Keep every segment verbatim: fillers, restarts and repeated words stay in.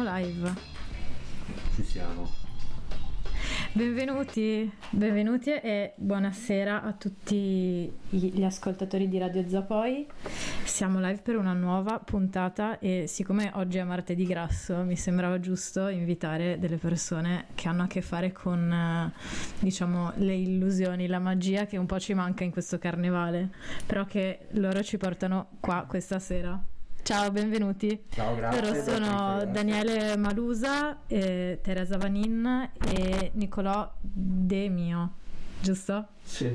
live. Ci siamo. Benvenuti, benvenuti e buonasera a tutti gli ascoltatori di Radio Zapoi. Siamo live per una nuova puntata e siccome oggi è martedì grasso mi sembrava giusto invitare delle persone che hanno a che fare con, diciamo, le illusioni, la magia che un po' ci manca in questo carnevale, però che loro ci portano qua questa sera. Ciao, benvenuti. Ciao, grazie. Loro sono grazie. Daniele Malusa, eh, Teresa Vanin e Nicolò De Mio, giusto? Sì.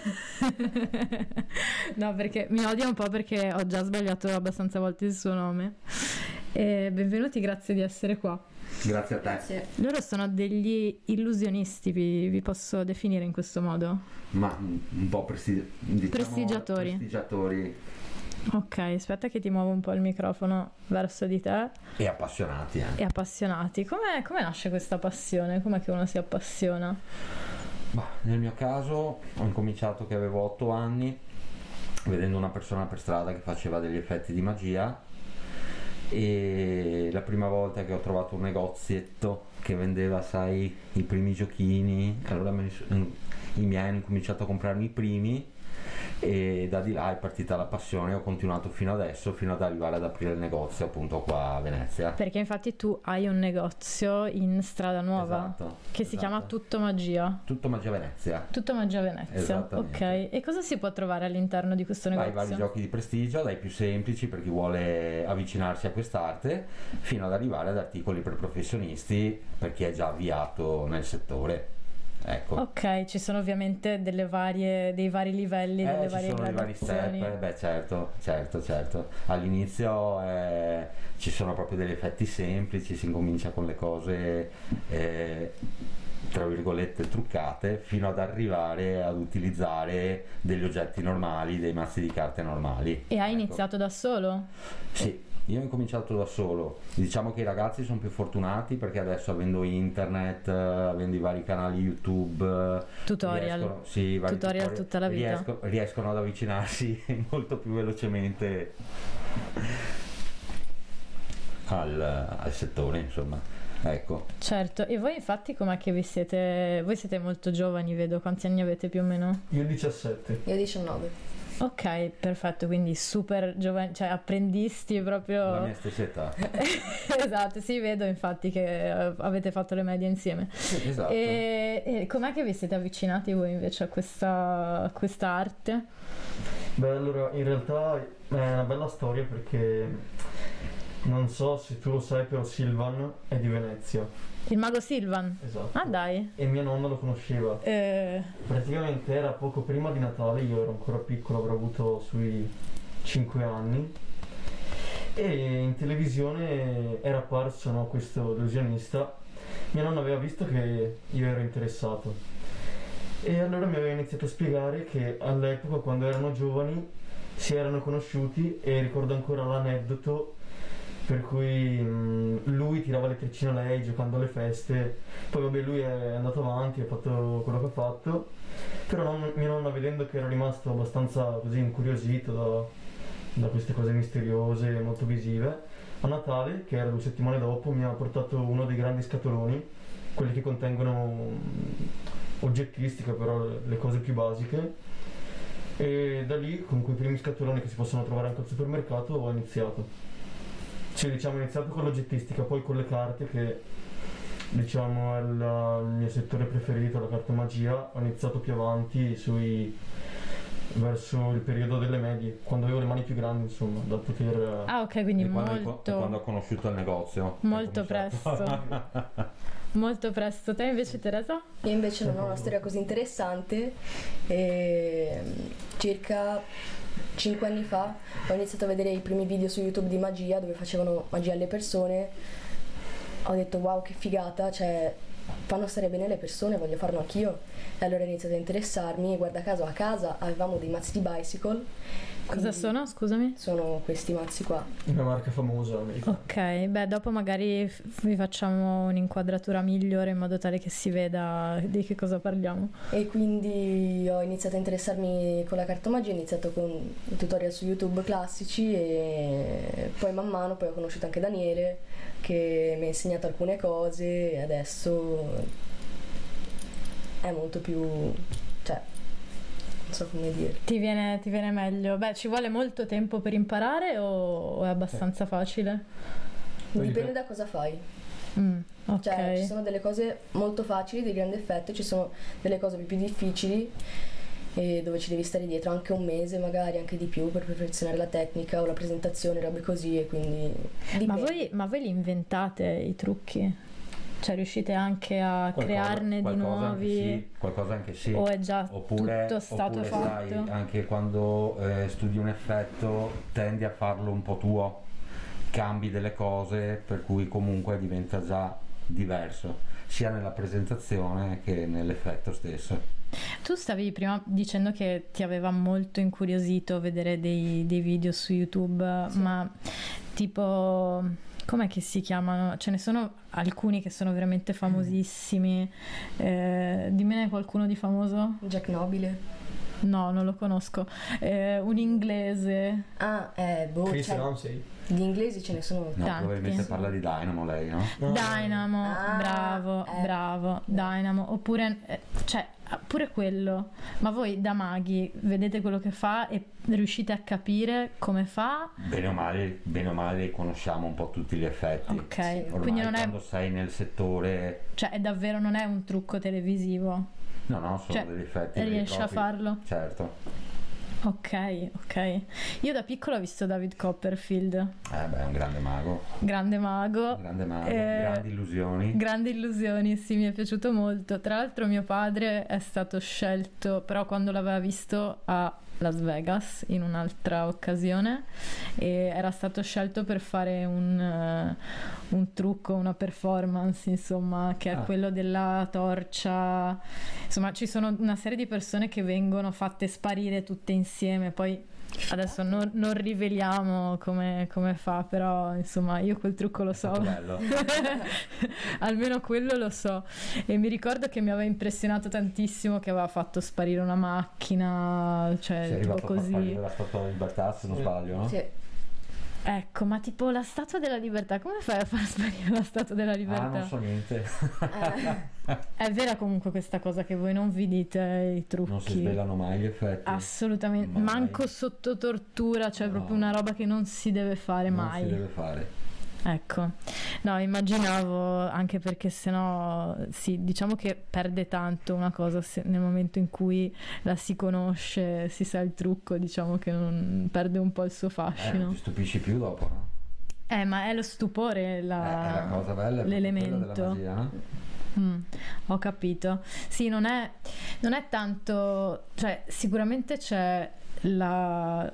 No, perché mi odia un po' perché ho già sbagliato abbastanza volte il suo nome. E benvenuti, grazie di essere qua. Grazie a te. Grazie. Loro sono degli illusionisti, vi, vi posso definire in questo modo? Ma un po' presti- diciamo prestigiatori. prestigiatori. Ok, aspetta che ti muovo un po' il microfono verso di te. E appassionati eh. E appassionati. Com'è, come nasce questa passione? Com'è che uno si appassiona? Bah, nel mio caso ho incominciato che avevo otto anni, vedendo una persona per strada che faceva degli effetti di magia, e la prima volta che ho trovato un negozietto che vendeva, sai, i primi giochini, allora me ne, i miei hanno cominciato a comprarmi i primi e da di là è partita la passione. Ho continuato fino adesso, fino ad arrivare ad aprire il negozio appunto qua a Venezia, perché infatti tu hai un negozio in Strada Nuova, esatto, che si esatto. chiama Tutto Magia. Tutto Magia Venezia. Tutto Magia Venezia. Esattamente. Ok, e cosa si può trovare all'interno di questo negozio? Dai vari giochi di prestigio, dai più semplici per chi vuole avvicinarsi a quest'arte, fino ad arrivare ad articoli per professionisti per chi è già avviato nel settore. Ecco. Ok, ci sono ovviamente delle varie, dei vari livelli, Eh, delle ci varie sono dei vari step, gradazioni. eh, beh certo, certo, certo. All'inizio eh, ci sono proprio degli effetti semplici, si incomincia con le cose eh, tra virgolette truccate, fino ad arrivare ad utilizzare degli oggetti normali, dei mazzi di carte normali. E hai Ecco. iniziato da solo? Sì. Io ho incominciato da solo, diciamo che i ragazzi sono più fortunati perché adesso avendo internet, eh, avendo i vari canali YouTube, eh, Tutorial, riescono, sì, vari tutorial tutta la vita. riesco- riescono ad avvicinarsi molto più velocemente al, al settore, insomma, ecco. Certo, e voi infatti com'è che vi siete, voi siete molto giovani, vedo, quanti anni avete più o meno? Io diciassette. Io diciannove. Ok, perfetto, quindi super giovani, cioè apprendisti proprio. La mia stessa età. Esatto, sì, vedo infatti che eh, avete fatto le medie insieme. Sì, esatto. E, e com'è che vi siete avvicinati voi invece a questa, a questa arte? Beh, allora, in realtà è una bella storia perché non so se tu lo sai, però Silvan è di Venezia. Il mago Silvan? Esatto. Ah, dai. E mia nonna lo conosceva. Eh, Praticamente era poco prima di Natale, io ero ancora piccolo, avrò avuto sui cinque anni. E in televisione era apparso, no, questo illusionista. Mia nonna aveva visto che io ero interessato. E allora mi aveva iniziato a spiegare che all'epoca, quando erano giovani, si erano conosciuti, e ricordo ancora l'aneddoto per cui mh, lui tirava le treccine a lei giocando alle feste. Poi vabbè, lui è andato avanti, ha fatto quello che ha fatto, però non, mia nonna, vedendo che ero rimasto abbastanza così incuriosito da, da queste cose misteriose e molto visive, a Natale, che era due settimane dopo, mi ha portato uno dei grandi scatoloni, quelli che contengono mh, oggettistica, però le cose più basiche, e da lì, con quei primi scatoloni che si possono trovare anche al supermercato, ho iniziato. Sì, diciamo, ho iniziato con l'oggettistica, poi con le carte, che diciamo è la- il mio settore preferito, la carta magia. Ho iniziato più avanti, sui verso il periodo delle medie, quando avevo le mani più grandi, insomma, dato che era... ah, ok, quindi E quando, hai co- molto, e quando ho conosciuto il negozio. molto hai cominciato. presto. Molto presto. Te invece, Teresa? Io invece non ho una storia così interessante. E circa cinque anni fa ho iniziato a vedere i primi video su YouTube di magia, dove facevano magia alle persone. Ho detto wow, che figata, cioè fanno stare bene le persone, voglio farlo anch'io. E allora ho iniziato a interessarmi e guarda caso a casa avevamo dei mazzi di bicycle. Cosa sono? Scusami. Sono questi mazzi qua. Una marca famosa americana. Ok, beh, dopo magari f- vi facciamo un'inquadratura migliore in modo tale che si veda di che cosa parliamo. E quindi ho iniziato a interessarmi con la cartomagia, ho iniziato con i tutorial su YouTube classici e poi man mano poi ho conosciuto anche Daniele che mi ha insegnato alcune cose e adesso è molto più, cioè, non so come dire. Ti viene, ti viene meglio? Beh, ci vuole molto tempo per imparare o, o è abbastanza facile? Dipende da cosa fai. Mm, ok. Cioè, ci sono delle cose molto facili, di grande effetto, ci sono delle cose più difficili e dove ci devi stare dietro anche un mese, magari anche di più, per perfezionare la tecnica o la presentazione, robe così, e quindi dipende. Ma voi, ma voi li inventate i trucchi? Cioè riuscite anche a Qualcosa- crearne di qualcosa anche nuovi? sì, qualcosa anche sì. O è già Oppure, tutto stato oppure fatto? sai, anche quando eh, studi un effetto tendi a farlo un po' tuo, cambi delle cose per cui comunque diventa già diverso, sia nella presentazione che nell'effetto stesso. Tu stavi prima dicendo che ti aveva molto incuriosito vedere dei, dei video su YouTube, Sì. ma tipo, com'è che si chiamano? Ce ne sono alcuni che sono veramente famosissimi. Eh, dimmene qualcuno di famoso? Jack Nobile. No, non lo conosco. Eh, un inglese. Ah, eh, boh, Chris cioè, Ramsey. gli inglesi ce ne sono. No, Tanti. probabilmente parla di Dynamo lei, no? No. Dynamo, Ah, bravo, eh. bravo, Dynamo, oppure, eh, cioè, pure quello. Ma voi da maghi vedete quello che fa e riuscite a capire come fa? Bene o male, bene o male conosciamo un po' tutti gli effetti. Ok, Sì. Ormai quindi non è, quando sei nel settore, cioè, è davvero non è un trucco televisivo. no no, sono Cioè, degli effetti veri e riesci a propri. farlo? Certo. Ok, ok. Io da piccola ho visto David Copperfield, Eh beh, è un grande mago, grande mago. un grande mago, Eh, grandi illusioni. Grandi illusioni, sì, mi è piaciuto molto. Tra l'altro mio padre è stato scelto, però quando l'aveva visto a Las Vegas in un'altra occasione, e era stato scelto per fare un, eh, un trucco, una performance, insomma, che è Ah. quello della torcia. Insomma, ci sono una serie di persone che vengono fatte sparire tutte insieme, poi adesso non, non riveliamo come, come fa, però insomma io quel trucco lo so. Molto bello. Almeno quello lo so. E mi ricordo che mi aveva impressionato tantissimo che aveva fatto sparire una macchina, cioè Sei tipo arrivato a far così. sparire la Statua della Libertà, se non Sì. sbaglio, no? Sì. Ecco, ma tipo la Statua della Libertà, come fai a far sparire la Statua della Ah, Libertà? non so niente. Eh, È vera comunque questa cosa che voi non vi dite i trucchi? Non si svelano mai gli effetti. Assolutamente, Mai. manco sotto tortura, cioè No. proprio una roba che non si deve fare Non mai. si deve fare. Ecco, no, immaginavo, anche perché sennò sì, diciamo che perde tanto una cosa se- nel momento in cui la si conosce, si sa il trucco, diciamo che non perde un po' il suo Eh, non fascino. ti stupisci più dopo, no? Eh, ma è lo stupore, la- Eh, è la cosa bella, è proprio quella l'elemento. della magia, no? Mm, ho capito. Sì, non è, non è tanto, cioè sicuramente c'è la,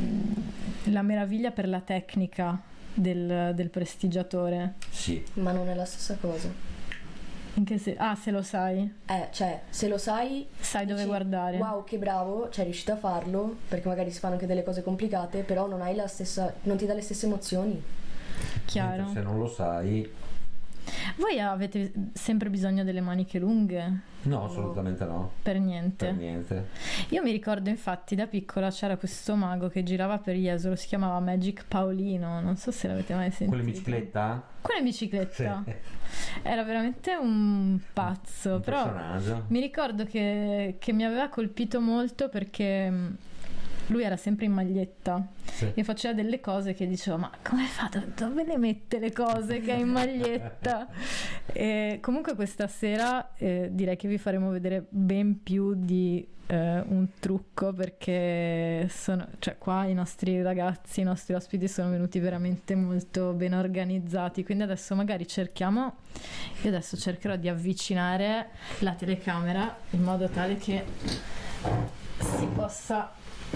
la meraviglia per la tecnica del, del prestigiatore. Sì. ma non è la stessa cosa. In che se- ah, se lo sai, Eh, cioè, se lo sai, sai dove dici, guardare. wow, che bravo, cioè è riuscito a farlo, perché magari si fanno anche delle cose complicate, però non hai la stessa, non ti dà le stesse emozioni. Chiaro. Mentre se non lo sai, Voi avete sempre bisogno delle maniche lunghe? no, assolutamente no. Per niente. Per niente. Io mi ricordo infatti da piccola c'era questo mago che girava per Jesolo, si chiamava Magic Paolino, non so se l'avete mai sentito. Quella in bicicletta? Quella in bicicletta. Sì. Era veramente un pazzo, Un però personaggio. mi ricordo che, che mi aveva colpito molto perché mh, lui era sempre in maglietta Sì. e faceva delle cose che dicevo, ma come fa? Dove, dove le mette le cose che è in maglietta? E comunque questa sera eh, direi che vi faremo vedere ben più di eh, un trucco, perché sono, cioè qua i nostri ragazzi, i nostri ospiti sono venuti veramente molto ben organizzati, quindi adesso magari cerchiamo, io adesso cercherò di avvicinare la telecamera in modo tale che si possa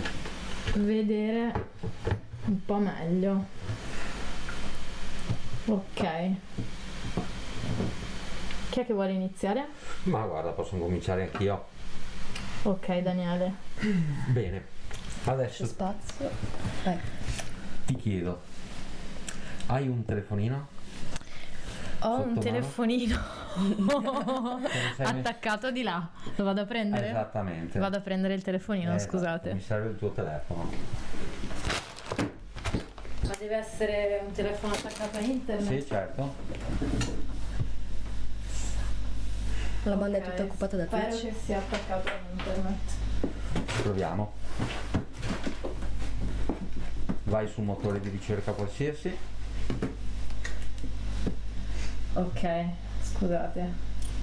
vedere un po' meglio. Ok, Chi è che vuole iniziare? Ma guarda, posso cominciare anch'io. Ok, Daniele. Bene, C'è adesso spazio. Vai. ti chiedo, hai un telefonino? Ho Sotto un mano? telefonino sei attaccato di là. Lo vado a prendere? Esattamente. Vado a prendere il telefonino, Eh, scusate. Mi serve il tuo telefono. Ma deve essere un telefono attaccato a internet? Sì, certo. La banda Ok, è tutta occupata da spero Twitch. che sia attaccato a internet. Proviamo. Vai su un motore di ricerca qualsiasi. Ok, scusate.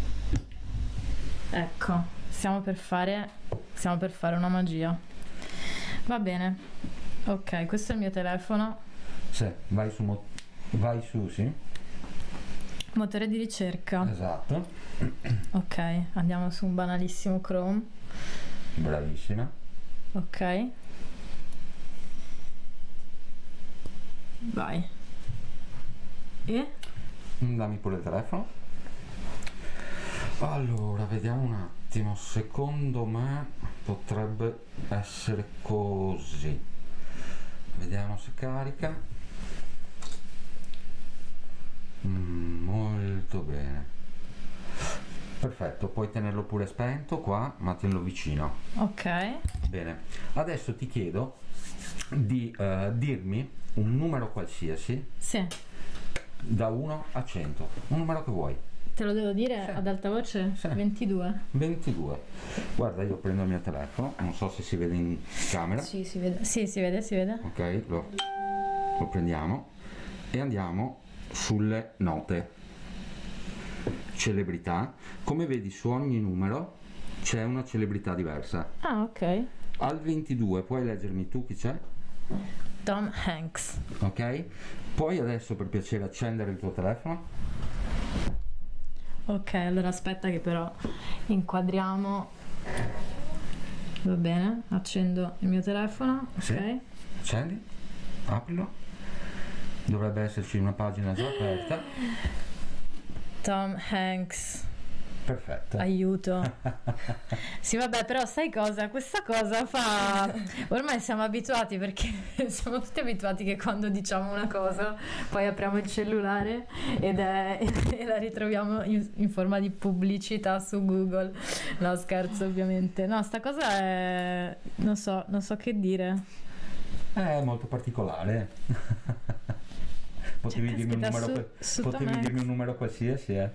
Ecco, stiamo per fare stiamo per fare una magia. Va bene. Ok, questo è il mio telefono. Sì, vai su mo- vai su, sì. Motore di ricerca. Esatto. Ok, andiamo su un banalissimo Chrome. Bravissima. Ok. Vai. E? Dammi pure il telefono. Allora, vediamo un attimo. Secondo me potrebbe essere così. Vediamo se carica. Mm, molto bene. Perfetto, puoi tenerlo pure spento qua, ma tenlo vicino. Ok. Bene. Adesso ti chiedo di eh, dirmi un numero qualsiasi Sì. da uno a cento. Un numero che vuoi. Te lo devo dire Sì. ad alta voce? Sì. ventidue. ventidue. Guarda, io prendo il mio telefono, non so se si vede in camera. Sì, si vede. Sì, si vede, si vede. Ok, lo, lo prendiamo e andiamo sulle note. Celebrità. Come vedi, su ogni numero c'è una celebrità diversa. Ah, ok. Al ventidue puoi leggermi tu chi c'è? Tom Hanks. Ok? Puoi adesso per piacere accendere il tuo telefono? Ok, allora aspetta che però inquadriamo. Va bene, accendo il mio telefono. Ok. Sì. Accendi? Aprilo. Dovrebbe esserci una pagina già aperta. Tom Hanks. Perfetto. Aiuto. Sì, vabbè, però sai cosa? Questa cosa fa... Ormai siamo abituati, perché siamo tutti abituati che quando diciamo una cosa poi apriamo il cellulare ed è... e la ritroviamo in, in forma di pubblicità su Google. No, scherzo, ovviamente. No, sta cosa è... non so, non so che dire. È molto particolare. Potevi, C'è dirmi un, caspita, numero, su- su potevi Tom dirmi Hanks. un numero qualsiasi, eh?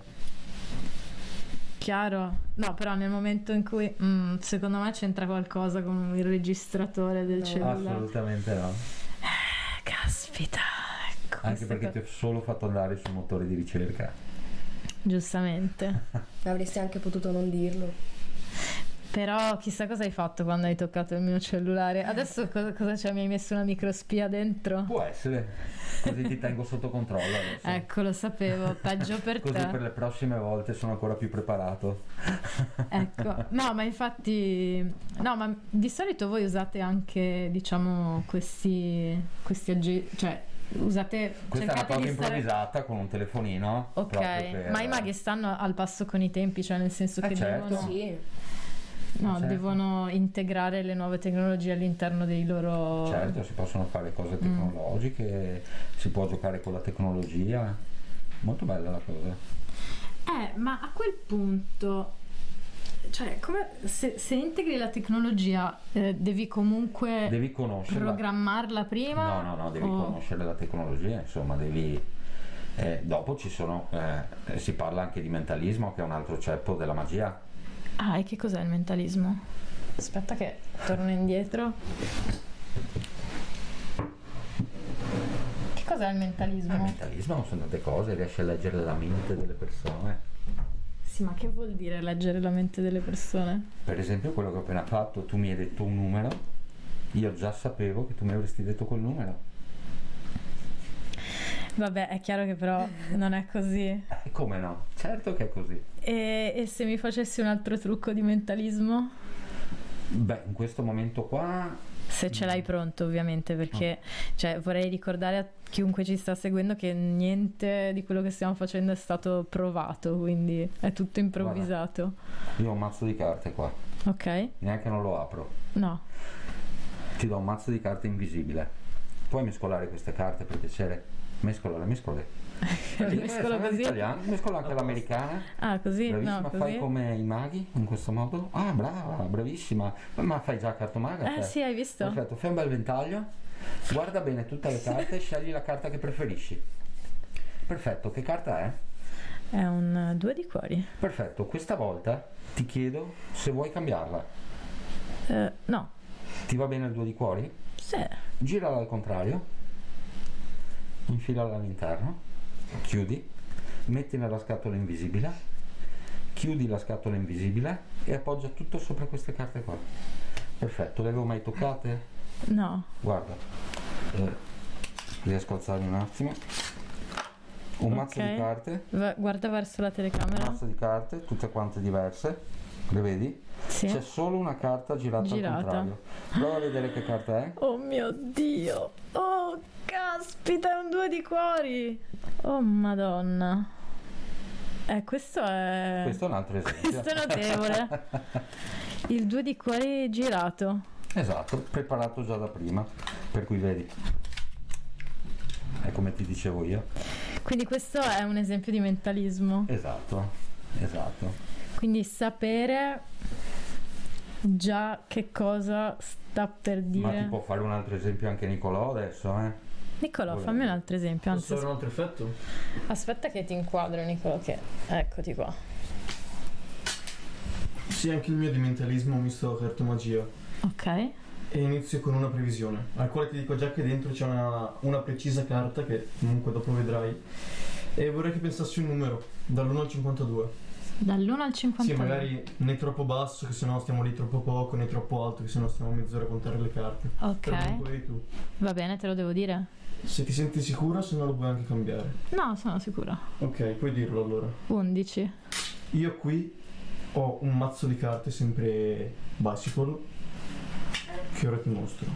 Chiaro? No, però nel momento in cui... mm, secondo me c'entra qualcosa con il registratore del No. cellulare. Assolutamente no. Eh, caspita, ecco. Anche queste perché co- ti ho solo fatto andare sul motore di ricerca. Giustamente. Avresti anche potuto non dirlo. Però chissà cosa hai fatto quando hai toccato il mio cellulare. Adesso cosa, cosa c'è? Mi hai messo una microspia dentro? Può essere. Così ti tengo sotto controllo adesso. Ecco, lo sapevo, peggio per Così te. per le prossime volte sono ancora più preparato. Ecco, no, ma infatti, no, ma di solito voi usate anche, diciamo, questi, questi aggi, cioè usate, Questa è una cercate cosa di stare... improvvisata con un telefonino. Ok, proprio per- ma i maghi stanno al passo con i tempi, cioè nel senso Eh, che certo. devono, Sì. no, certo. devono integrare le nuove tecnologie all'interno dei loro... Certo, si possono fare Mm. cose tecnologiche, si può giocare con la tecnologia. Molto bella la cosa. Eh, ma a quel punto, cioè, come se, se integri la tecnologia, eh, devi comunque Devi conoscerla. programmarla prima? No, no, no, devi o- conoscere la tecnologia, insomma, devi... eh, dopo ci sono... eh, si parla anche di mentalismo, che è un altro ceppo della magia. Ah, e che cos'è il mentalismo? Aspetta che torno indietro. Che cos'è il Il mentalismo? mentalismo sono tante cose, riesci a leggere la mente delle persone. Sì, ma che vuol dire leggere la mente delle persone? Per esempio quello che ho appena fatto, tu mi hai detto un numero, io già sapevo che tu mi avresti detto quel numero. Vabbè, è chiaro che però non è così. Eh, come no? Certo che è così. E, e se mi facessi un altro trucco di mentalismo? Beh, in questo momento qua... Se ce l'hai pronto, ovviamente, perché cioè, vorrei ricordare a chiunque ci sta seguendo che niente di quello che stiamo facendo è stato provato, quindi è tutto improvvisato. Guarda, io ho un mazzo di carte qua. Ok. Neanche non lo apro. No. Ti do un mazzo di carte invisibile. Puoi mescolare queste carte per piacere? Mescolale, mescolale. Li mescolo così? Italiano, mescola anche l'americana. Ah, così? Bravissima, No, così? fai come i maghi in questo modo. Ah, brava, bravissima. Ma fai già cartomaga? Eh te? sì, hai visto? Perfetto, fai un bel ventaglio. Guarda bene tutte le carte e scegli la carta che preferisci. Perfetto, che carta è? È un due di cuori. Perfetto, questa volta ti chiedo se vuoi cambiarla. Eh, no. Ti va bene il due di cuori? Sì. Girala al contrario, infilala all'interno, chiudi, metti nella scatola invisibile, chiudi la scatola invisibile e appoggia tutto sopra queste carte qua. Perfetto, le avevo mai toccate? No. Guarda, eh, riesco a alzarmi un attimo. Un Ok. mazzo di carte, Va- guarda verso la un telecamera. mazzo di carte, tutte quante diverse, le vedi? Sì. C'è solo una carta girata, Girata. al contrario. Prova a vedere che carta è. Oh mio Dio. Oh, caspita, è un due di cuori. Oh madonna. Eh, questo è... Questo è un altro esempio. Questo è notevole. Il due di cuori girato. Esatto, preparato già da prima, per cui vedi, è come ti dicevo io. Quindi questo è un esempio di mentalismo. Esatto, esatto. Quindi sapere già che cosa sta per Ma ti dire. può fare un altro esempio anche Nicolò adesso, eh? Nicolò, Volendo. fammi un altro esempio. Anzi, Posso fare un altro effetto? aspetta che ti inquadro, Nicolò, che... Eccoti qua. Sì, anche il mio di mentalismo misto a cartomagia. Ok. E inizio con una previsione, al quale ti dico già che dentro c'è una, una precisa carta che comunque dopo vedrai. E vorrei che pensassi un numero, dall'uno al cinquantadue. Dall'uno al Sì, cinquantadue. magari né troppo basso, che sennò stiamo lì troppo poco, né troppo alto, che sennò stiamo mezz'ora a contare le carte. Per Ok. cui vedi tu. Va bene, te lo devo dire? Se ti senti sicura, se no lo puoi anche cambiare. No, sono sicura. Ok, puoi dirlo allora. undici. Io qui ho un mazzo di carte sempre bicycle che ora ti mostro.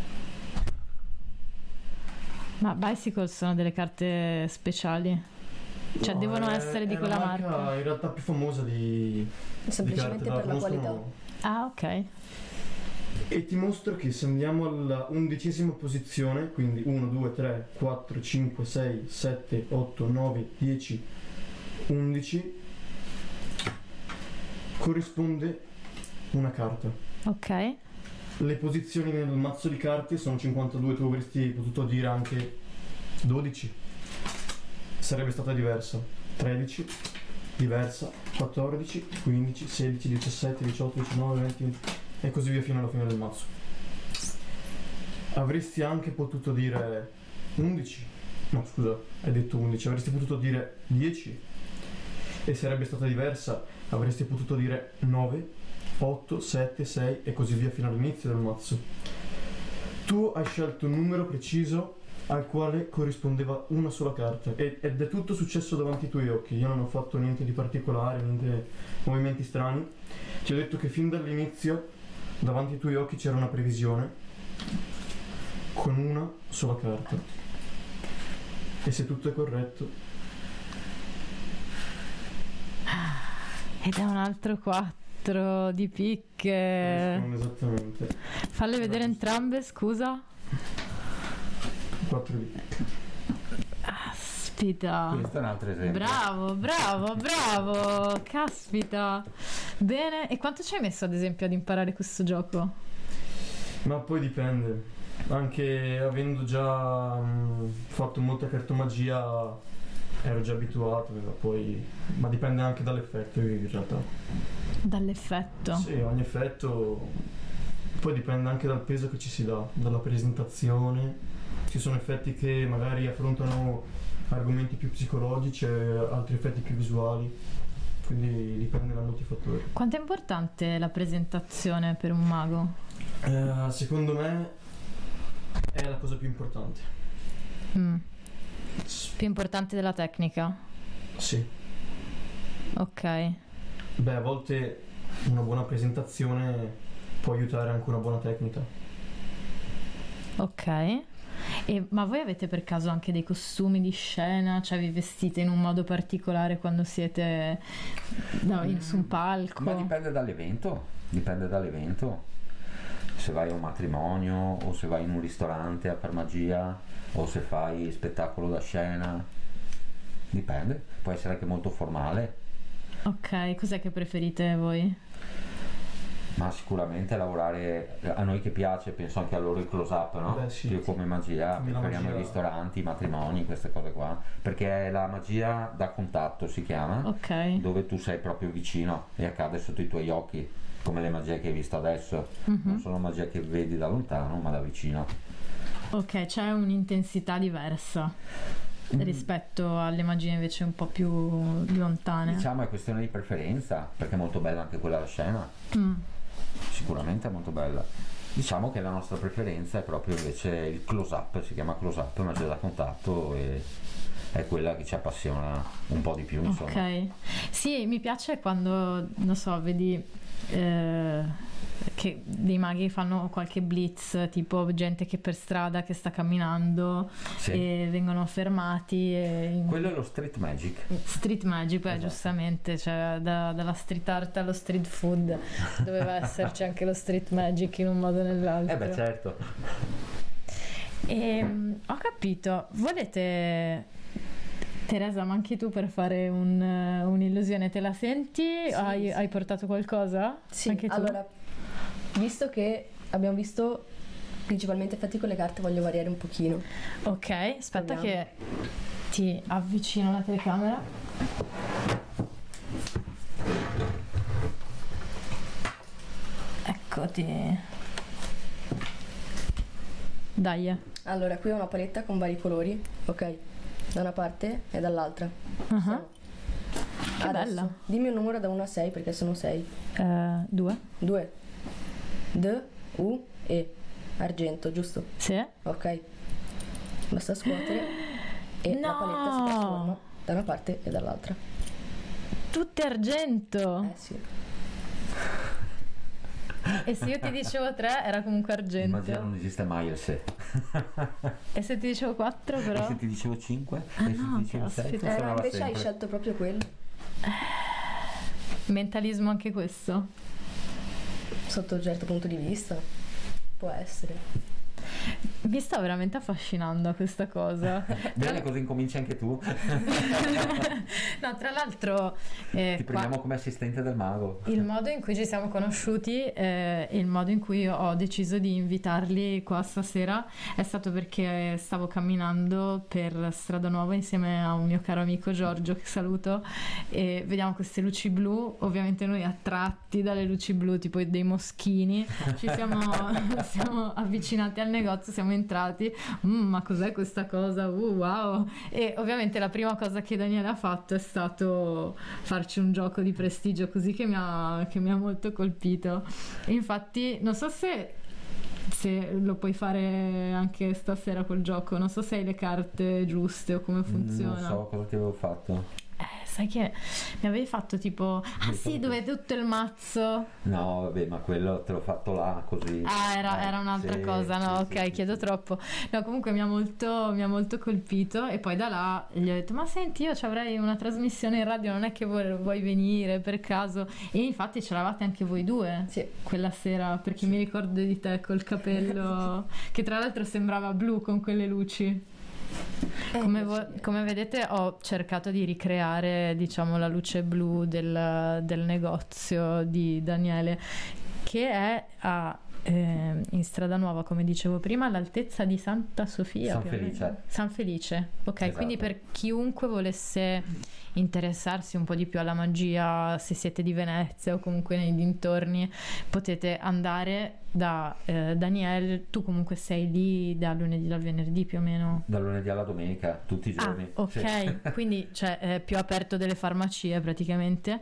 Ma Bicycle sono delle carte speciali. Cioè, No, devono è- essere di è quella la marca. in realtà più famosa di, Semplicemente di carte, per la conoscono- qualità. Ah, ok. E ti mostro che se andiamo alla undicesima posizione, quindi uno, due, tre, quattro, cinque, sei, sette, otto, nove, dieci, undici, corrisponde una carta. Ok. Le posizioni nel mazzo di carte sono cinquantadue, tu avresti potuto dire anche dodici. Sarebbe stata diversa. tredici, diversa. quattordici, quindici, sedici, diciassette, diciotto, diciannove, venti e così via fino alla fine del mazzo. Avresti anche potuto dire undici. No, scusa, hai detto undici. Avresti potuto dire dieci e sarebbe stata diversa. Avresti potuto dire nove, otto, sette, sei e così via fino all'inizio del mazzo. Tu hai scelto un numero preciso al quale corrispondeva una sola carta e- ed è tutto successo davanti ai tuoi occhi. Io non ho fatto niente di particolare, niente movimenti strani. Ti ho detto che fin dall'inizio davanti ai tuoi occhi c'era una previsione con una sola carta e se tutto è corretto Ed è un altro quattro di picche. corrisponde esattamente Falle vedere entrambe, scusa. quattro di Caspita. Questo è un altro esempio. Bravo, bravo, bravo. Caspita. Bene. E quanto ci hai messo, ad esempio, ad imparare questo gioco? Ma poi dipende, anche avendo già mh, fatto molta cartomagia ero già abituato, ma poi ma dipende anche dall'effetto in realtà. Dall'effetto. Sì, ogni effetto poi dipende anche dal peso che ci si dà, dalla presentazione. Ci sono effetti che magari affrontano argomenti più psicologici e altri effetti più visuali, quindi dipende da molti fattori. Quanto è importante la presentazione per un mago? Eh, secondo me è la cosa più importante. Mm. Più importante della tecnica? Sì. Ok. Beh, a volte una buona presentazione può aiutare anche una buona tecnica. Ok. E, ma voi avete per caso anche dei costumi di scena? Cioè vi vestite in un modo particolare quando siete no, in, su un palco? Ma dipende dall'evento, dipende dall'evento. Se vai a un matrimonio o se vai in un ristorante a far magia o se fai spettacolo da scena, dipende, può essere anche molto formale. Ok, cos'è che preferite voi? Ma sicuramente lavorare, a noi che piace, penso anche a loro il close up, no? Beh, sì, più sì. come magia, Come la preferiamo magia. i ristoranti, i matrimoni, queste cose qua, perché è la magia da contatto si chiama, Ok. dove tu sei proprio vicino e accade sotto i tuoi occhi, come le magie che hai visto adesso, Mhm. non sono magie che vedi da lontano ma da vicino. Ok, c'è un'intensità diversa rispetto alle magie invece un po' più lontane. Diciamo è questione di preferenza, perché è molto bella anche quella da scena, Mm. sicuramente è molto bella. Diciamo che la nostra preferenza è proprio invece il close up, si chiama close up, magia da contatto, e è quella che ci appassiona un po' di più, insomma. Ok, sì, mi piace quando, non so, vedi eh, che dei maghi fanno qualche blitz, tipo gente che per strada che sta camminando Sì. e vengono fermati. E... Quello è lo street magic. Street magic, beh, Esatto. giustamente, cioè da- dalla street art allo street food doveva esserci anche lo street magic in un modo o nell'altro. Eh beh, certo. Ehm, ho capito, volete Teresa, manchi tu per fare un, eh, un'illusione, te la senti? Sì, hai, sì. hai portato qualcosa? Sì, Anche tu? allora, visto che abbiamo visto principalmente effetti con le carte, voglio variare un pochino. Ok, aspetta Proviamo. che ti avvicino la telecamera. Eccoti. Dai. eh. Allora, qui ho una paletta con vari colori, ok? Da una parte e dall'altra. Ah, Sono- che Adesso, bella. dimmi un numero da uno a sei perché sono sei. Eh, due? due. D, U, E. Argento, giusto? Sì? Ok. Basta scuotere e la No! paletta si trasforma da una parte e dall'altra. Tutte argento. Eh sì. E se io ti dicevo tre era comunque In magia argento. non esiste mai il se. E se ti dicevo quattro E però? se ti dicevo cinque? Ah, e se no, ti dicevo sei? caspita. Eh, ma funzionava invece hai sempre. scelto proprio quello. Mentalismo anche questo? Sotto un certo punto di vista. Può essere. Mi sta veramente affascinando questa cosa. Bene, così incominci anche tu. No, tra l'altro eh, Ti qua- prendiamo come assistente del mago. il modo in cui ci siamo conosciuti eh, e il modo in cui ho deciso di invitarli qua stasera è stato perché stavo camminando per Strada Nuova insieme a un mio caro amico Giorgio, che saluto, e vediamo queste luci blu. Ovviamente noi, attratti dalle luci blu, tipo dei moschini, ci siamo, siamo avvicinati al negozio, siamo entrati. "Mm, ma cos'è questa cosa? Uh, wow!" E ovviamente la prima cosa che Daniele ha fatto è stato farci un gioco di prestigio, così che mi ha, che mi ha molto colpito. E infatti non so se se lo puoi fare anche stasera quel gioco, non so se hai le carte giuste o come funziona. Non so cosa ti avevo fatto. Eh, sai che mi avevi fatto tipo ah Mi sì, fa- dove è tutto il mazzo. No, vabbè, ma quello te l'ho fatto là così. Ah, era, Eh, era un'altra sì, cosa, no? sì, Ok, sì, sì, chiedo sì. troppo. No, comunque mi ha molto, mi ha molto colpito, e poi da là gli ho detto: ma senti, io ci avrei una trasmissione in radio, non è che vuoi, vuoi venire per caso? E infatti ce l'avate anche voi due Sì. quella sera, perché mi ricordo di te col capello che tra l'altro sembrava blu con quelle luci. Eh, Come, invece- vo- come vedete ho cercato di ricreare, diciamo, la luce blu del, del negozio di Daniele, che è a, eh, in Strada Nuova, come dicevo prima, all'altezza di Santa Sofia. San più o meno. Felice. San Felice, ok, Esatto. quindi per chiunque volesse interessarsi un po' di più alla magia, se siete di Venezia o comunque nei dintorni, potete andare da eh, Daniele. Tu comunque sei lì da lunedì al venerdì più o meno. Dal lunedì alla domenica, tutti i Ah, giorni. ok, Sì. quindi cioè, è più aperto delle farmacie praticamente,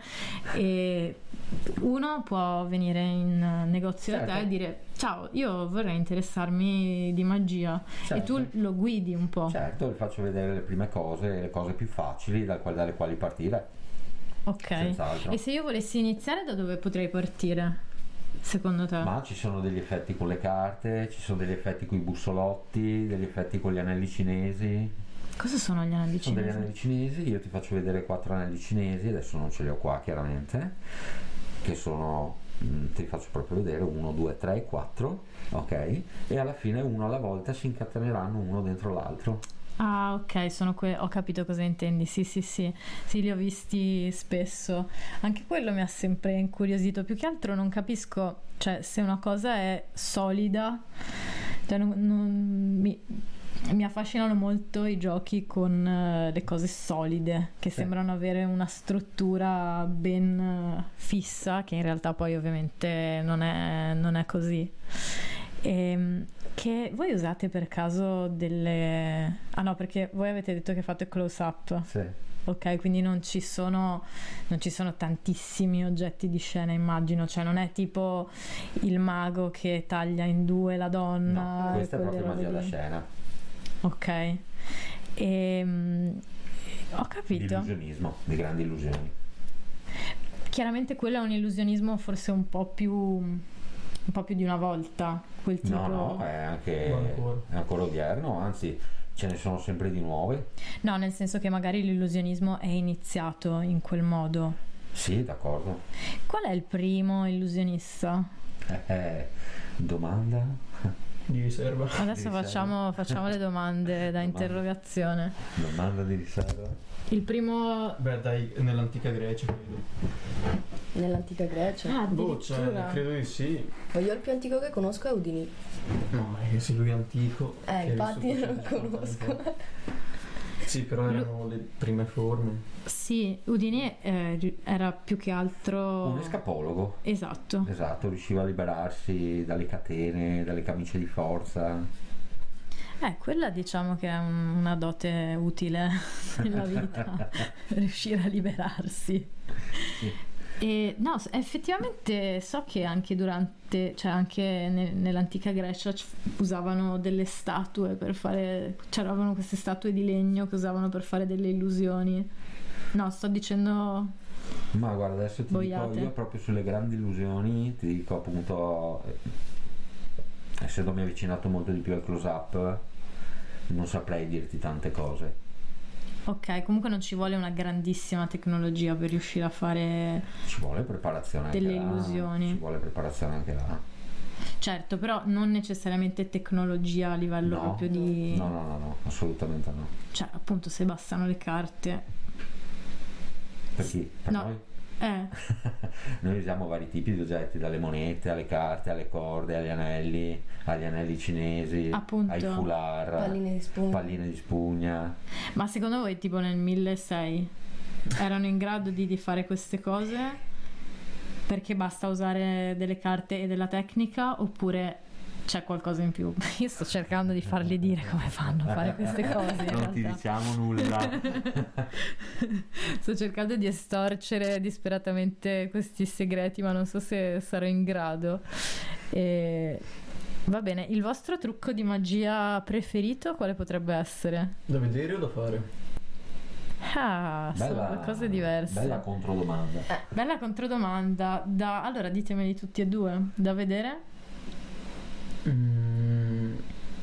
e uno può venire in negozio da Certo. te e dire: ciao, io vorrei interessarmi di magia, Certo. e tu lo guidi un po'. Certo, vi faccio vedere le prime cose, le cose più facili dal qual- dalle quali partire. Ok, Senz'altro. e se io volessi iniziare, da dove potrei partire? secondo te? Ma ci sono degli effetti con le carte, ci sono degli effetti con i bussolotti, degli effetti con gli anelli cinesi. Cosa sono gli anelli Sono cinesi? degli anelli cinesi, io ti faccio vedere quattro anelli cinesi, adesso non ce li ho qua chiaramente, che sono, mh, ti faccio proprio vedere, uno, due, tre e quattro, ok? E alla fine uno alla volta si incateneranno uno dentro l'altro. Ah, ok, sono que- ho capito cosa intendi. Sì, sì, sì, sì, li ho visti spesso. Anche quello mi ha sempre incuriosito. Più che altro non capisco, cioè, se una cosa è solida, cioè, non, non- mi, mi affascinano molto i giochi con eh, le cose solide, che Sì. sembrano avere una struttura ben eh, fissa, che in realtà poi ovviamente non è, non è così. Ehm, che voi usate per caso delle... Ah no, perché voi avete detto che fate close up, Sì. ok? Quindi non ci sono, non ci sono tantissimi oggetti di scena, immagino, cioè non è tipo il mago che taglia in due la donna. No, e questa è quelle proprio robe magia da lì. scena, Ok. Ehm, ho di capito. illusionismo, di grandi illusioni. Chiaramente quello è un illusionismo forse un po' più un po' più di una volta, quel tipo. No, no, è anche, Ma ancora. è ancora odierno, anzi ce ne sono sempre di nuove. No, nel senso che magari l'illusionismo è iniziato in quel modo. Sì, d'accordo. Qual è il primo illusionista? Eh, eh, domanda? Di riserva. Adesso Di riserva. facciamo, facciamo le domande da Domande. interrogazione. Domanda di riserva? Il primo... Beh, dai, nell'antica Grecia credo. Nell'antica Grecia. Ah, Boh, cioè, addirittura. credo di sì. Ma io il più antico che conosco è Houdini. No, ma è se lui è antico. Eh, che ha infatti vissuto non centocinquanta anni conosco. fa. Sì, però erano le prime forme. Sì, Houdini eh, era più che altro... Un escapologo. Esatto. Esatto, riusciva a liberarsi dalle catene, dalle camicie di forza. Eh, quella diciamo che è un- una dote utile nella vita, riuscire a liberarsi. Sì. E no, s- effettivamente so che anche durante, cioè anche ne- nell'antica Grecia c- usavano delle statue per fare, c'erano queste statue di legno che usavano per fare delle illusioni. No, sto dicendo... Ma guarda, adesso ti Boiate. dico io proprio sulle grandi illusioni, ti dico appunto, eh, essendomi avvicinato molto di più al close up, non saprei dirti tante cose. Ok, comunque non ci vuole una grandissima tecnologia per riuscire a fare... Ci vuole preparazione anche Delle là. illusioni. Ci vuole preparazione anche là. Certo, però non necessariamente tecnologia a livello No. proprio di... No, no, no, no, assolutamente no. Cioè, appunto, se bastano le carte... Per chi? Per No. noi? Eh, Noi usiamo vari tipi di oggetti, dalle monete alle carte, alle corde, agli anelli, agli anelli cinesi, Appunto. ai foulard, Palline di spugna. palline di spugna. ma secondo voi tipo nel milleseicento erano in grado di, di fare queste cose perché basta usare delle carte e della tecnica oppure c'è qualcosa in più? Io sto cercando di fargli dire come fanno a fare queste cose in Non ti realtà. diciamo nulla. Sto cercando di estorcere disperatamente questi segreti, ma non so se sarò in grado. E... Va bene, il vostro trucco di magia preferito quale potrebbe essere? Da vedere o da fare? Ah, sono cose diverse. Bella controdomanda. Bella controdomanda. Da... Allora, ditemeli tutti e due. Da vedere? Mm.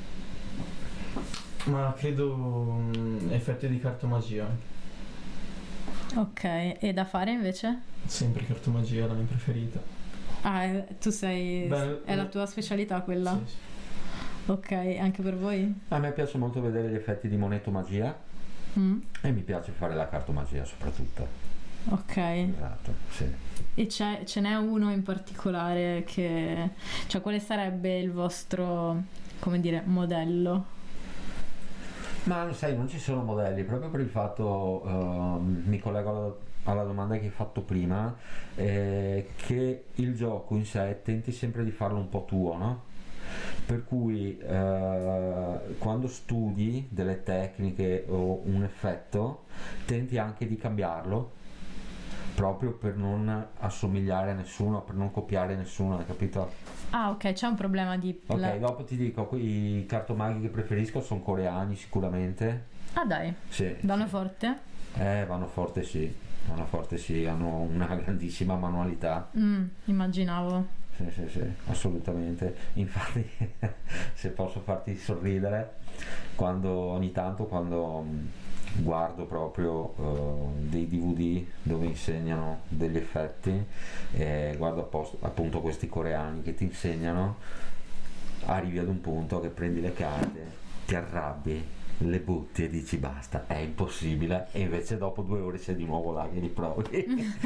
Ma credo mm, effetti di cartomagia. Ok, e da fare invece? Sempre cartomagia, la mia preferita. Ah, eh, tu sei... Beh, è la eh, tua specialità quella? Sì, sì. Ok, anche per voi? A me piace molto vedere gli effetti di monetomagia Mm, e mi piace fare la cartomagia soprattutto. ok. Esatto, sì. E c'è, ce n'è uno in particolare che... Cioè, quale sarebbe il vostro, come dire, modello? Ma sai, non ci sono modelli, proprio per il fatto, ehm, mi collego alla, alla domanda che hai fatto prima, eh, che il gioco in sé tenti sempre di farlo un po' tuo, no? Per cui eh, quando studi delle tecniche o un effetto, tenti anche di cambiarlo, proprio per non assomigliare a nessuno, per non copiare nessuno, hai capito? Ah, ok, c'è un problema di... Ok, la- dopo ti dico, i cartomaghi che preferisco sono coreani sicuramente. Ah, dai, Sì. vanno forte? Eh, vanno forte sì, vanno forte sì, hanno una grandissima manualità. Mm, immaginavo. sì, sì, sì, assolutamente. Infatti, se posso farti sorridere, quando ogni tanto quando mh, guardo proprio uh, dei D V D dove insegnano degli effetti, e guardo appost- appunto questi coreani che ti insegnano, arrivi ad un punto che prendi le carte, ti arrabbi, le butti e dici basta, è impossibile, e invece dopo due ore sei di nuovo là che riprovi.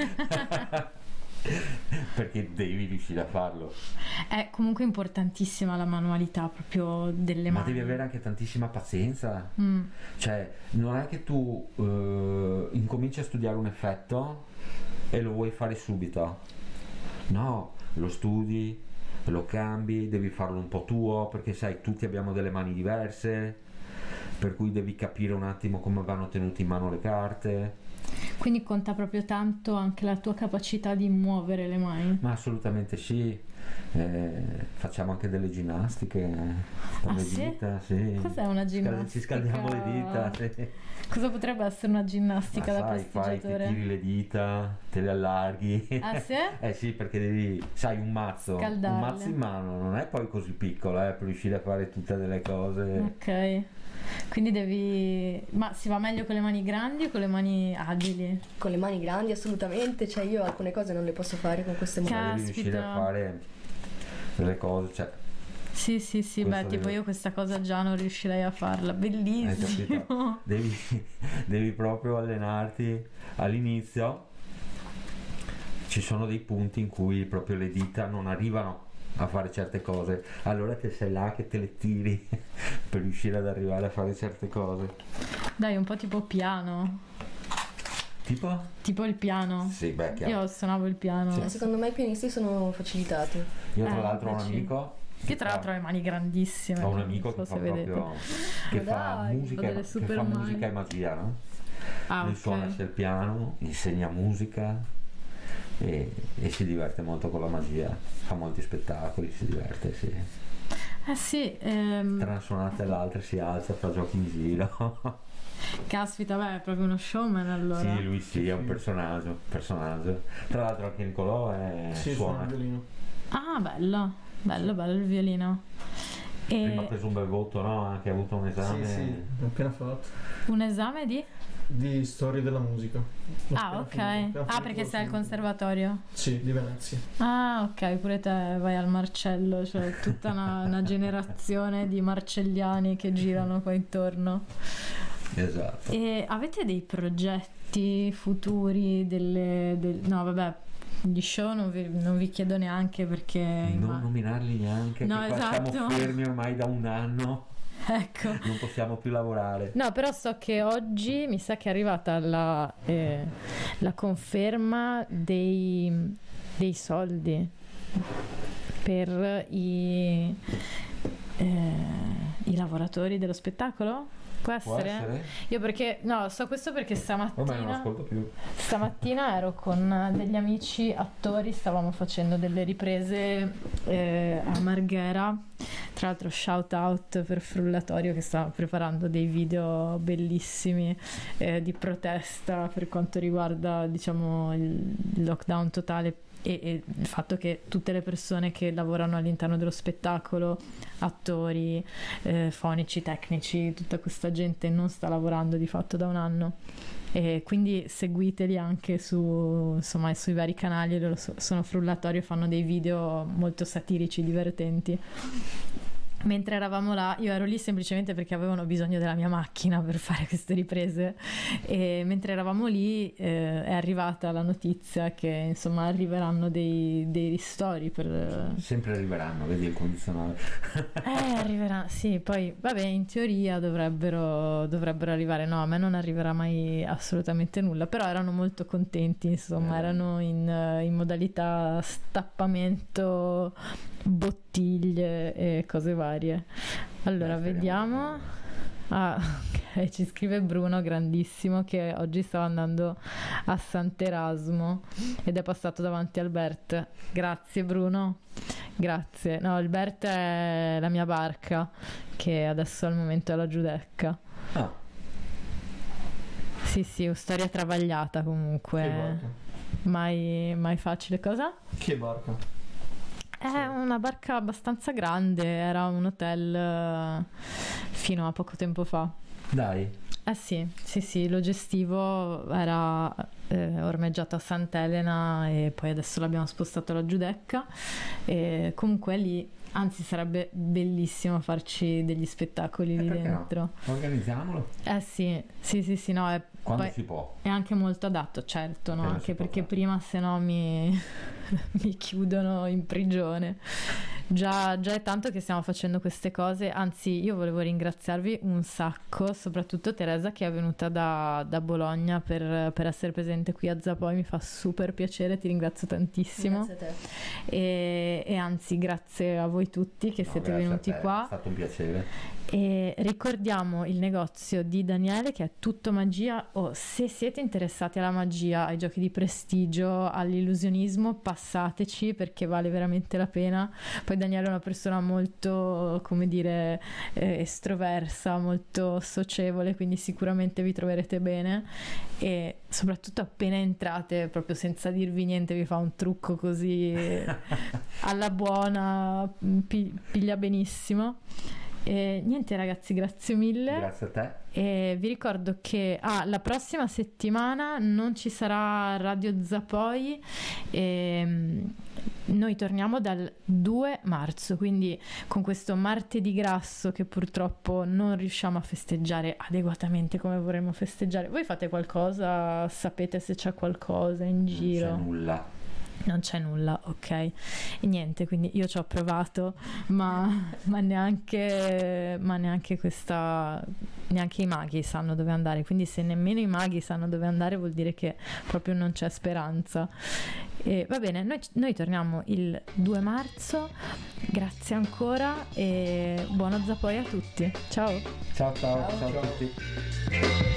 Perché devi riuscire a farlo. È comunque importantissima la manualità proprio delle Ma mani. devi avere anche tantissima pazienza. Mm. Cioè, non è che tu eh, incominci a studiare un effetto e lo vuoi fare subito. No, lo studi, lo cambi, devi farlo un po' tuo, perché sai, tutti abbiamo delle mani diverse, per cui devi capire un attimo come vanno tenute in mano le carte. Quindi conta proprio tanto anche la tua capacità di muovere le mani. Ma assolutamente sì. Eh, facciamo anche delle ginnastiche per Ah, le sì? dita, sì. Cos'è una Scal- ginnastica? Ci scaldiamo le dita, sì. Cosa potrebbe essere una ginnastica Ma da sai, fai, ti prestigiatore? tiri le dita, te le allarghi. Ah, sì? Eh sì, perché devi, sai, un mazzo, Scaldarle. un mazzo in mano non è poi così piccolo, eh, per riuscire a fare tutte delle cose. Ok. Quindi devi... Ma si va meglio con le mani grandi o con le mani agili? Con le mani grandi assolutamente, cioè io alcune cose non le posso fare con queste mani. Cioè, devi riuscire Caspita. a fare delle cose, cioè, Sì, sì, sì, Questo beh, tipo deve- io questa cosa già non riuscirei a farla. hai Bellissimo. capito? Devi, devi proprio allenarti all'inizio. Ci sono dei punti in cui proprio le dita non arrivano a fare certe cose, allora te sei là che te le tiri per riuscire ad arrivare a fare certe cose. Dai, un po' tipo piano. Tipo? Tipo il piano. Sì, beh, chiaro. Io suonavo il piano. Sì. Eh, Secondo me i pianisti sono facilitati. Io tra Eh, l'altro ho un beh, sì. amico Che tra l'altro ha le mani grandissime. ho un non amico so che se fa vedete. proprio che Ma fa dai, musica, ho delle che super fa mani. musica e magia, no? Ah, Lui ok. suona sia il piano, insegna musica e, e si diverte molto con la magia, fa molti spettacoli, si diverte, sì. Eh sì, ehm, Tra una suonata e l'altra si alza, fa giochi in giro. caspita, beh, è proprio uno showman allora. Sì, lui sì, è un personaggio, personaggio. Tra l'altro anche Nicolò è, Sì, suona. suona il violino. Ah, bello, bello, bello il violino. Prima ha E preso un bel voto, no? Anche ha avuto un esame. Sì, sì, l'ho appena fatto. un esame di? Di storia della musica. L'ho Ah, appena ok. finito, appena Ah, finito perché l'ho sei al finito. conservatorio? Sì, di Venezia. Ah, ok, pure te vai al Marcello, cioè tutta una, una generazione di marcelliani che girano qua intorno. Esatto. E avete dei progetti futuri, delle, del- no vabbè, gli show non vi, non vi chiedo neanche perché... Non imma- nominarli neanche, No, che qua esatto. siamo fermi ormai da un anno, Ecco. non possiamo più lavorare. No, però so che oggi mi sa che è arrivata la, eh, la conferma dei, dei soldi per i, eh, i lavoratori dello spettacolo. Può Può essere? essere? Io perché, no, so questo perché Ormai non stamattina, ascolto più. stamattina ero con degli amici attori, stavamo facendo delle riprese eh, a Marghera. Tra l'altro shout out per Frullatorio che sta preparando dei video bellissimi eh, di protesta per quanto riguarda, diciamo, il lockdown totale e, e il fatto che tutte le persone che lavorano all'interno dello spettacolo, attori, eh, fonici, tecnici, tutta questa gente non sta lavorando di fatto da un anno. E quindi seguiteli anche su, insomma, sui vari canali, loro so- sono Frullatorio, fanno dei video molto satirici, divertenti. Mentre eravamo là, io ero lì semplicemente perché avevano bisogno della mia macchina per fare queste riprese, e mentre eravamo lì eh, è arrivata la notizia che insomma arriveranno dei, dei ristori per... Sempre arriveranno, vedi il condizionale. Eh, arriverà, sì, poi vabbè, in teoria dovrebbero, dovrebbero arrivare, no, a me non arriverà mai assolutamente nulla, però erano molto contenti, insomma, Eh. erano in, eh, in modalità stappamento, bottiglie e cose varie. Allora, Eh, speriamo vediamo. Ah, ok, ci scrive Bruno, grandissimo, che oggi stava andando a Sant'Erasmo ed è passato davanti al Bert. Grazie Bruno, grazie. No, il Bert è la mia barca, che adesso al momento è la Giudecca. Ah, Sì, sì, storia travagliata Che comunque. barca? Mai, mai facile cosa? Che barca? È Sì. una barca abbastanza grande, era un hotel eh, fino a poco tempo fa. Dai, Eh sì, sì, sì, lo gestivo, era eh, ormeggiato a Sant'Elena e poi adesso l'abbiamo spostato alla Giudecca e comunque lì, anzi sarebbe bellissimo farci degli spettacoli eh, lì perché no? dentro. Organizziamolo Eh sì, sì, sì, sì, no, è, quando poi si può. è anche molto adatto, certo, no? Appena Anche si può perché fare. prima se no mi, mi chiudono in prigione. Già, già è tanto che stiamo facendo queste cose, anzi io volevo ringraziarvi un sacco, soprattutto Teresa che è venuta da, da Bologna per, per essere presente qui a Zapoi, mi fa super piacere, ti ringrazio tantissimo. Grazie a te. E, e anzi grazie a voi tutti che No, siete grazie a venuti te, qua. È stato un piacere. E ricordiamo il negozio di Daniele che è Tutto Magia, o se siete interessati alla magia, ai giochi di prestigio, all'illusionismo, passateci perché vale veramente la pena. Poi Daniele è una persona molto, come dire, eh, estroversa, molto socievole, quindi sicuramente vi troverete bene e soprattutto appena entrate, proprio senza dirvi niente, vi fa un trucco così alla buona, pi- piglia benissimo. E niente ragazzi, grazie mille. Grazie a te. E vi ricordo che ah, la prossima settimana non ci sarà Radio Zapoi e mm, noi torniamo dal due marzo, quindi con questo martedì grasso che purtroppo non riusciamo a festeggiare adeguatamente come vorremmo festeggiare. Voi fate qualcosa? Sapete se c'è qualcosa in giro? Non c'è nulla. Non c'è nulla, ok. E niente, quindi io ci ho provato, ma, ma neanche, ma neanche questa, neanche i maghi sanno dove andare. Quindi se nemmeno i maghi sanno dove andare vuol dire che proprio non c'è speranza. E va bene, noi, noi torniamo il due marzo. Grazie ancora e buona Zapoi a tutti. Ciao. Ciao ciao, Ciao, ciao ciao. a tutti.